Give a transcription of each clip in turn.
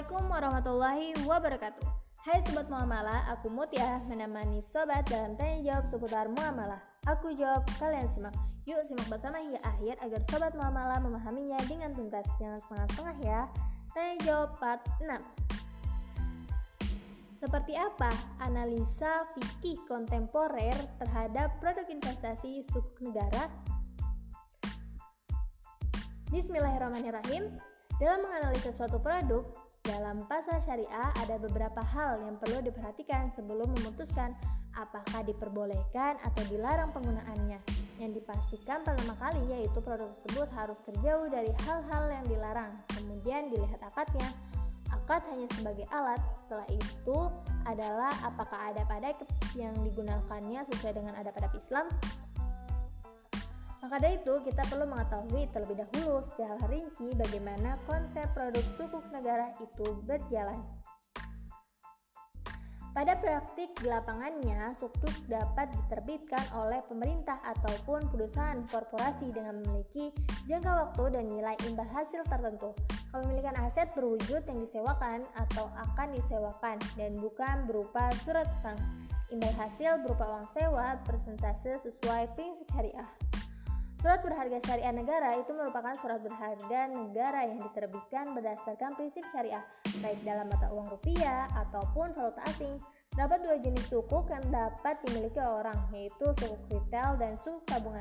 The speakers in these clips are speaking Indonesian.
Assalamualaikum warahmatullahi wabarakatuh. Hai Sobat Muamalah, aku Mutia menemani Sobat dalam tanya jawab seputar muamalah. Aku jawab, kalian simak. Yuk simak bersama hingga akhir agar Sobat Muamalah memahaminya dengan tuntas. Jangan setengah-setengah ya. Tanya jawab part 6. Seperti apa analisa fikih kontemporer terhadap produk investasi sukuk negara? Bismillahirrahmanirrahim. Dalam menganalisa suatu produk, dalam pasar syariah ada beberapa hal yang perlu diperhatikan sebelum memutuskan apakah diperbolehkan atau dilarang penggunaannya. Yang dipastikan pertama kali yaitu produk tersebut harus terjauh dari hal-hal yang dilarang. Kemudian dilihat akadnya. Akad hanya sebagai alat. Setelah itu adalah apakah adab-adab yang digunakannya sesuai dengan adab-adab Islam. Maka dari itu kita perlu mengetahui terlebih dahulu secara rinci bagaimana konsep produk sukuk negara itu berjalan. Pada praktik di lapangannya, sukuk dapat diterbitkan oleh pemerintah ataupun perusahaan korporasi dengan memiliki jangka waktu dan nilai imbal hasil tertentu. Kepemilikan aset berwujud yang disewakan atau akan disewakan dan bukan berupa surat utang. Imbal hasil berupa uang sewa persentase sesuai prinsip syariah. Surat berharga syariah negara itu merupakan surat berharga negara yang diterbitkan berdasarkan prinsip syariah, baik dalam mata uang rupiah ataupun valuta asing. Dapat dua jenis sukuk yang dapat dimiliki orang, yaitu sukuk retail dan sukuk tabungan.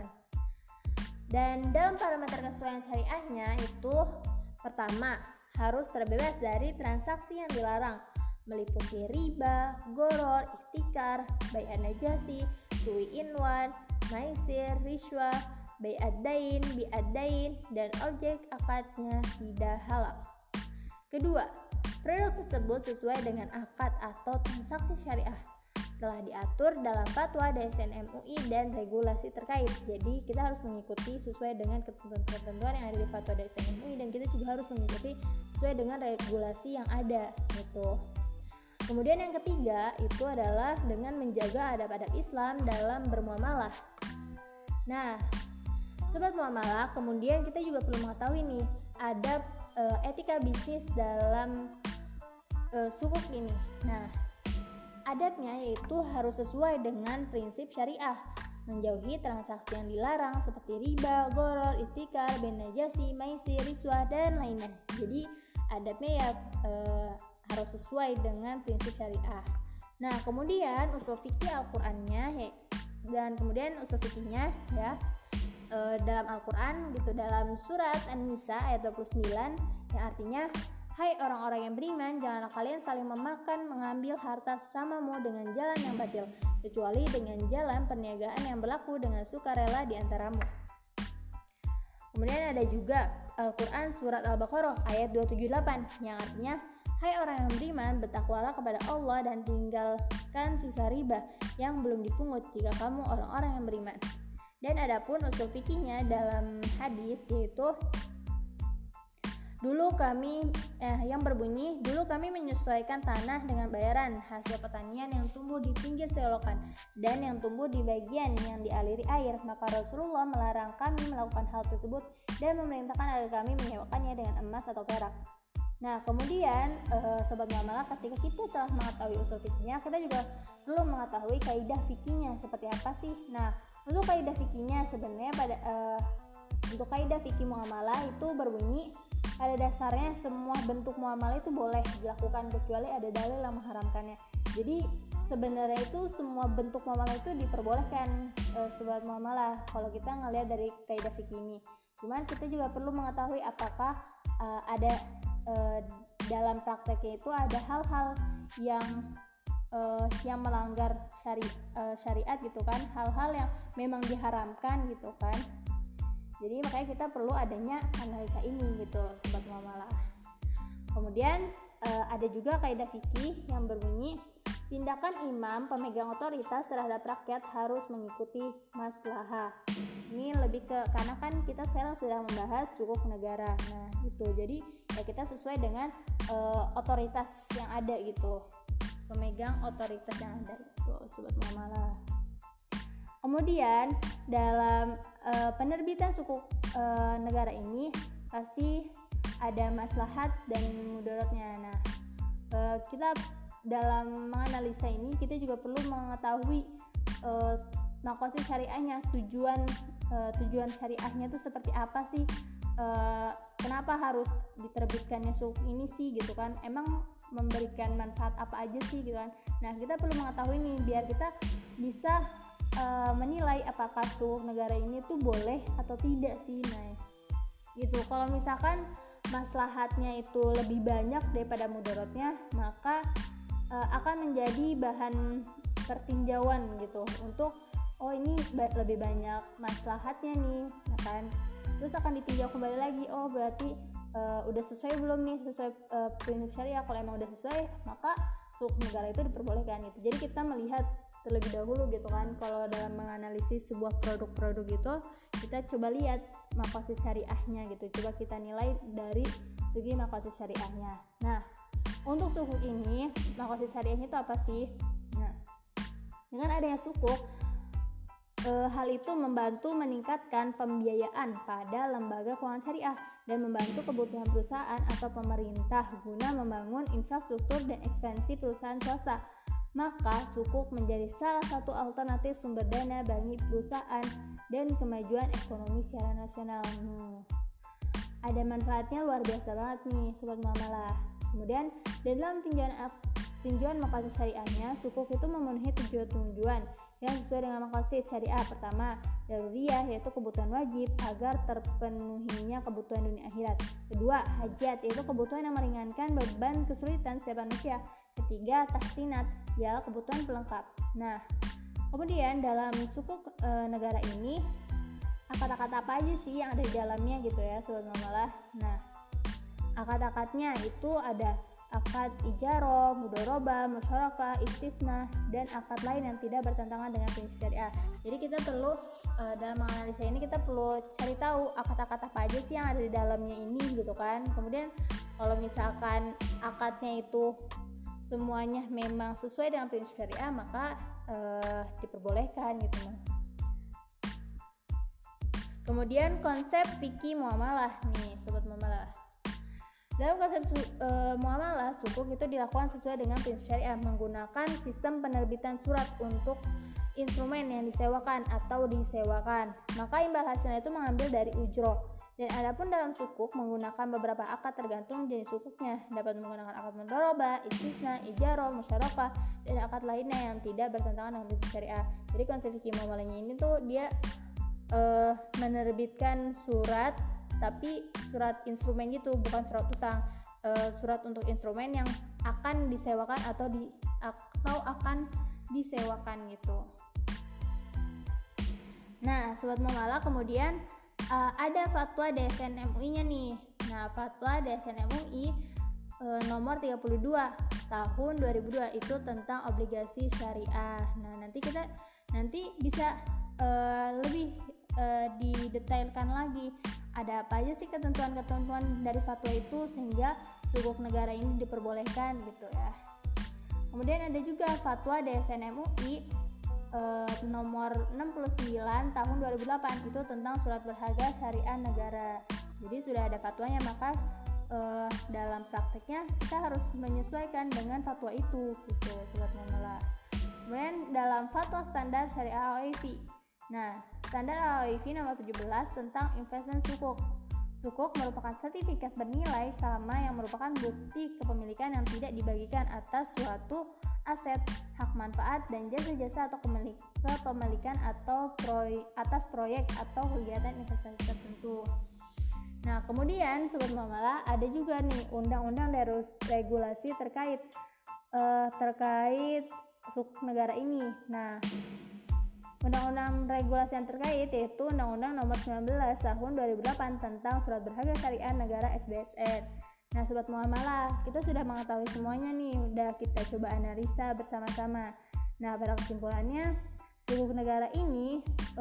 Dan dalam parameter kesesuaian syariahnya itu pertama, harus terbebas dari transaksi yang dilarang, meliputi riba, goror, ihtikar, bai'an najasi, 2-in-1, maisir, riswa, bai'ad dain, bi'ad dain, dan objek akadnya tidak halal. Kedua, produk tersebut sesuai dengan akad atau transaksi syariah telah diatur dalam fatwa DSN MUI dan regulasi terkait. Jadi kita harus mengikuti sesuai dengan ketentuan yang ada di fatwa DSN MUI dan kita juga harus mengikuti sesuai dengan regulasi yang ada gitu. Kemudian yang ketiga itu adalah dengan menjaga adab-adab Islam dalam bermuamalah. Nah, Sobat Muamalah, kemudian kita juga perlu mengetahui nih adab etika bisnis dalam sukuk ini. Nah, adabnya yaitu harus sesuai dengan prinsip syariah, menjauhi transaksi yang dilarang seperti riba, goror, ihtikar, bai'an najasi, maisir, riswah, dan lainnya. Jadi adabnya ya harus sesuai dengan prinsip syariah. Nah, kemudian usul fikih Al-Qur'annya dan kemudian usul fikihnya ya dalam Al-Quran gitu, dalam surat An-Nisa ayat 29 yang artinya, hai orang-orang yang beriman, janganlah kalian saling memakan mengambil harta sesamamu dengan jalan yang batil, kecuali dengan jalan perniagaan yang berlaku dengan sukarela di antaramu. Kemudian ada juga Al-Quran surat Al-Baqarah ayat 278 yang artinya, hai orang yang beriman, bertakwalah kepada Allah dan tinggalkan sisa riba yang belum dipungut jika kamu orang-orang yang beriman. Dan adapun usul fikihnya dalam hadis yaitu yang berbunyi, dulu kami menyesuaikan tanah dengan bayaran hasil pertanian yang tumbuh di pinggir selokan dan yang tumbuh di bagian yang dialiri air, maka Rasulullah melarang kami melakukan hal tersebut dan memerintahkan agar kami menyewakannya dengan emas atau perak. Nah, kemudian Sobat Muamalah, ketika kita telah mengetahui usul fikihnya, kita juga perlu mengetahui kaidah fikihnya seperti apa sih. Nah, untuk kaidah fikihnya sebenarnya untuk kaidah fikih muamalah itu berbunyi, pada dasarnya semua bentuk muamalah itu boleh dilakukan kecuali ada dalil yang mengharamkannya. Jadi sebenarnya itu semua bentuk muamalah itu diperbolehkan Sobat Muamalah kalau kita ngelihat dari kaidah fikih ini. Cuman kita juga perlu mengetahui apakah ada dalam prakteknya itu ada hal-hal yang melanggar syariat gitu kan, hal-hal yang memang diharamkan gitu kan. Jadi makanya kita perlu adanya analisa ini gitu Sobat Muamalah. Kemudian ada juga kaidah fikih yang berbunyi, tindakan imam pemegang otoritas terhadap rakyat harus mengikuti maslahah. Ini lebih ke, karena kan kita sekarang sedang membahas sukuk negara. Nah itu, jadi ya kita sesuai dengan otoritas yang ada gitu, pemegang otoritas yang ada itu Sobat Muamalah. Kemudian dalam penerbitan sukuk negara ini pasti ada maslahat dan mudaratnya. Nah, kita dalam menganalisa ini kita juga perlu mengetahui maqasid syariahnya, tujuan syariahnya itu seperti apa sih, kenapa harus diterbitkannya sukuk ini sih gitu kan, emang memberikan manfaat apa aja sih gitu kan. Nah, kita perlu mengetahui nih biar kita bisa menilai apakah sukuk negara ini tuh boleh atau tidak sih. Nah gitu, kalau misalkan maslahatnya itu lebih banyak daripada mudaratnya, maka akan menjadi bahan pertinjauan gitu untuk ini lebih banyak maslahatnya nih, ya kan. Terus akan ditinjau kembali lagi, berarti udah sesuai belum nih, sesuai prinsip syariah. Kalau emang udah sesuai, maka sukuk negara itu diperbolehkan gitu. Jadi kita melihat terlebih dahulu gitu kan. Kalau dalam menganalisis sebuah produk-produk itu, kita coba lihat maqasid syariahnya gitu. Coba kita nilai dari segi maqasid syariahnya. Nah, untuk sukuk ini, maqasid syariahnya itu apa sih? Nah, dengan adanya sukuk, hal itu membantu meningkatkan pembiayaan pada lembaga keuangan syariah dan membantu kebutuhan perusahaan atau pemerintah guna membangun infrastruktur dan ekspansi perusahaan swasta. Maka sukuk menjadi salah satu alternatif sumber dana bagi perusahaan dan kemajuan ekonomi secara nasional. Ada manfaatnya luar biasa banget nih sobat muamalah. Kemudian dalam tinjauan maqasid syariahnya, sukuk itu memenuhi tujuan yang sesuai dengan maqasid syariah. Pertama, daruriyah, yaitu kebutuhan wajib agar terpenuhinya kebutuhan dunia akhirat. Kedua, hajat, yaitu kebutuhan yang meringankan beban kesulitan setiap manusia. Ketiga, tahsinat, ya kebutuhan pelengkap. Nah, kemudian dalam sukuk negara ini, akad-akad apa aja sih yang ada di dalamnya gitu ya sobat muamalah. Nah, akad-akadnya itu ada akad ijarah, mudharabah, musyarakah, istisna, dan akad lain yang tidak bertentangan dengan prinsip syariah. Jadi kita perlu dalam menganalisa ini kita perlu cari tahu akad-akad apa aja sih yang ada di dalamnya ini gitu kan. Kemudian kalau misalkan akadnya itu semuanya memang sesuai dengan prinsip syariah, maka diperbolehkan gitu. Kemudian konsep fikih muamalah nih sobat muamalah. Dalam konsep muamalah, sukuk itu dilakukan sesuai dengan prinsip syariah menggunakan sistem penerbitan surat untuk instrumen yang disewakan atau disewakan. Maka imbal hasilnya itu mengambil dari ujroh. Dan adapun dalam sukuk menggunakan beberapa akad tergantung jenis sukuknya. Dapat menggunakan akad mudharabah, istisna, ijarah, musyarakah, dan akad lainnya yang tidak bertentangan dengan prinsip syariah. Jadi konsep fikih muamalahnya ini tuh dia menerbitkan surat, tapi surat instrumen gitu, bukan surat utang. Surat untuk instrumen yang akan disewakan atau akan disewakan gitu. Nah, sobat muamalah, kemudian ada fatwa DSN MUI-nya nih. Nah, fatwa DSN MUI nomor 32 tahun 2002 itu tentang obligasi syariah. Nah, nanti bisa lebih didetailkan lagi ada apa aja sih ketentuan-ketentuan dari fatwa itu sehingga sukuk negara ini diperbolehkan gitu ya. Kemudian ada juga fatwa DSN MUI nomor 69 tahun 2008 itu tentang surat berharga syariah negara. Jadi sudah ada fatwanya, maka dalam prakteknya kita harus menyesuaikan dengan fatwa itu gitu sobat muamalah. Kemudian dalam fatwa standar syariah OIV. Nah, standar OIV nomor 17 tentang investment sukuk. Sukuk merupakan sertifikat bernilai sama yang merupakan bukti kepemilikan yang tidak dibagikan atas suatu aset, hak manfaat, dan jasa-jasa atau kepemilikan atau atas proyek atau kegiatan investasi tertentu. Nah, kemudian sobat muamalah ada juga nih undang-undang dan regulasi terkait sukuk negara ini. Nah, undang-undang regulasi yang terkait yaitu Undang-Undang Nomor 19 Tahun 2008 tentang Surat Berharga Syariah Negara SBSN. Nah, sobat muamalah, kita sudah mengetahui semuanya nih, udah kita coba analisa bersama-sama. Nah, pada kesimpulannya, sukuk negara ini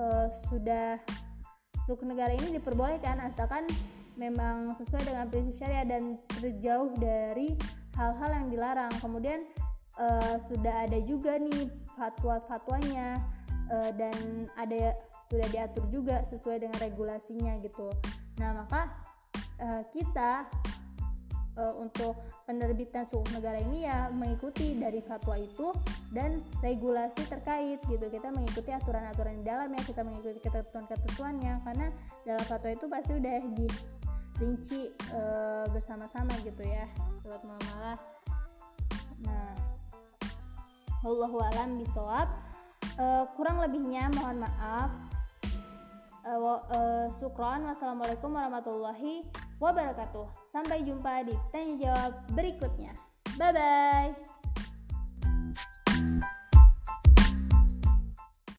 sukuk negara ini diperbolehkan asalkan memang sesuai dengan prinsip syariah dan terjauh dari hal-hal yang dilarang. Kemudian sudah ada juga nih fatwa-fatwanya. Dan sudah diatur juga sesuai dengan regulasinya gitu. Nah, maka kita untuk penerbitan suku negara ini ya mengikuti dari fatwa itu dan regulasi terkait gitu. Kita mengikuti aturan-aturan di dalamnya, kita mengikuti ketentuan-ketentuannya, karena dalam fatwa itu pasti udah dirinci bersama-sama gitu ya sobat muamalah. Nah, wallahu a'lam bishawab. Kurang lebihnya mohon maaf. Syukron. Wassalamualaikum warahmatullahi wabarakatuh. Sampai jumpa di tanya jawab berikutnya. Bye bye.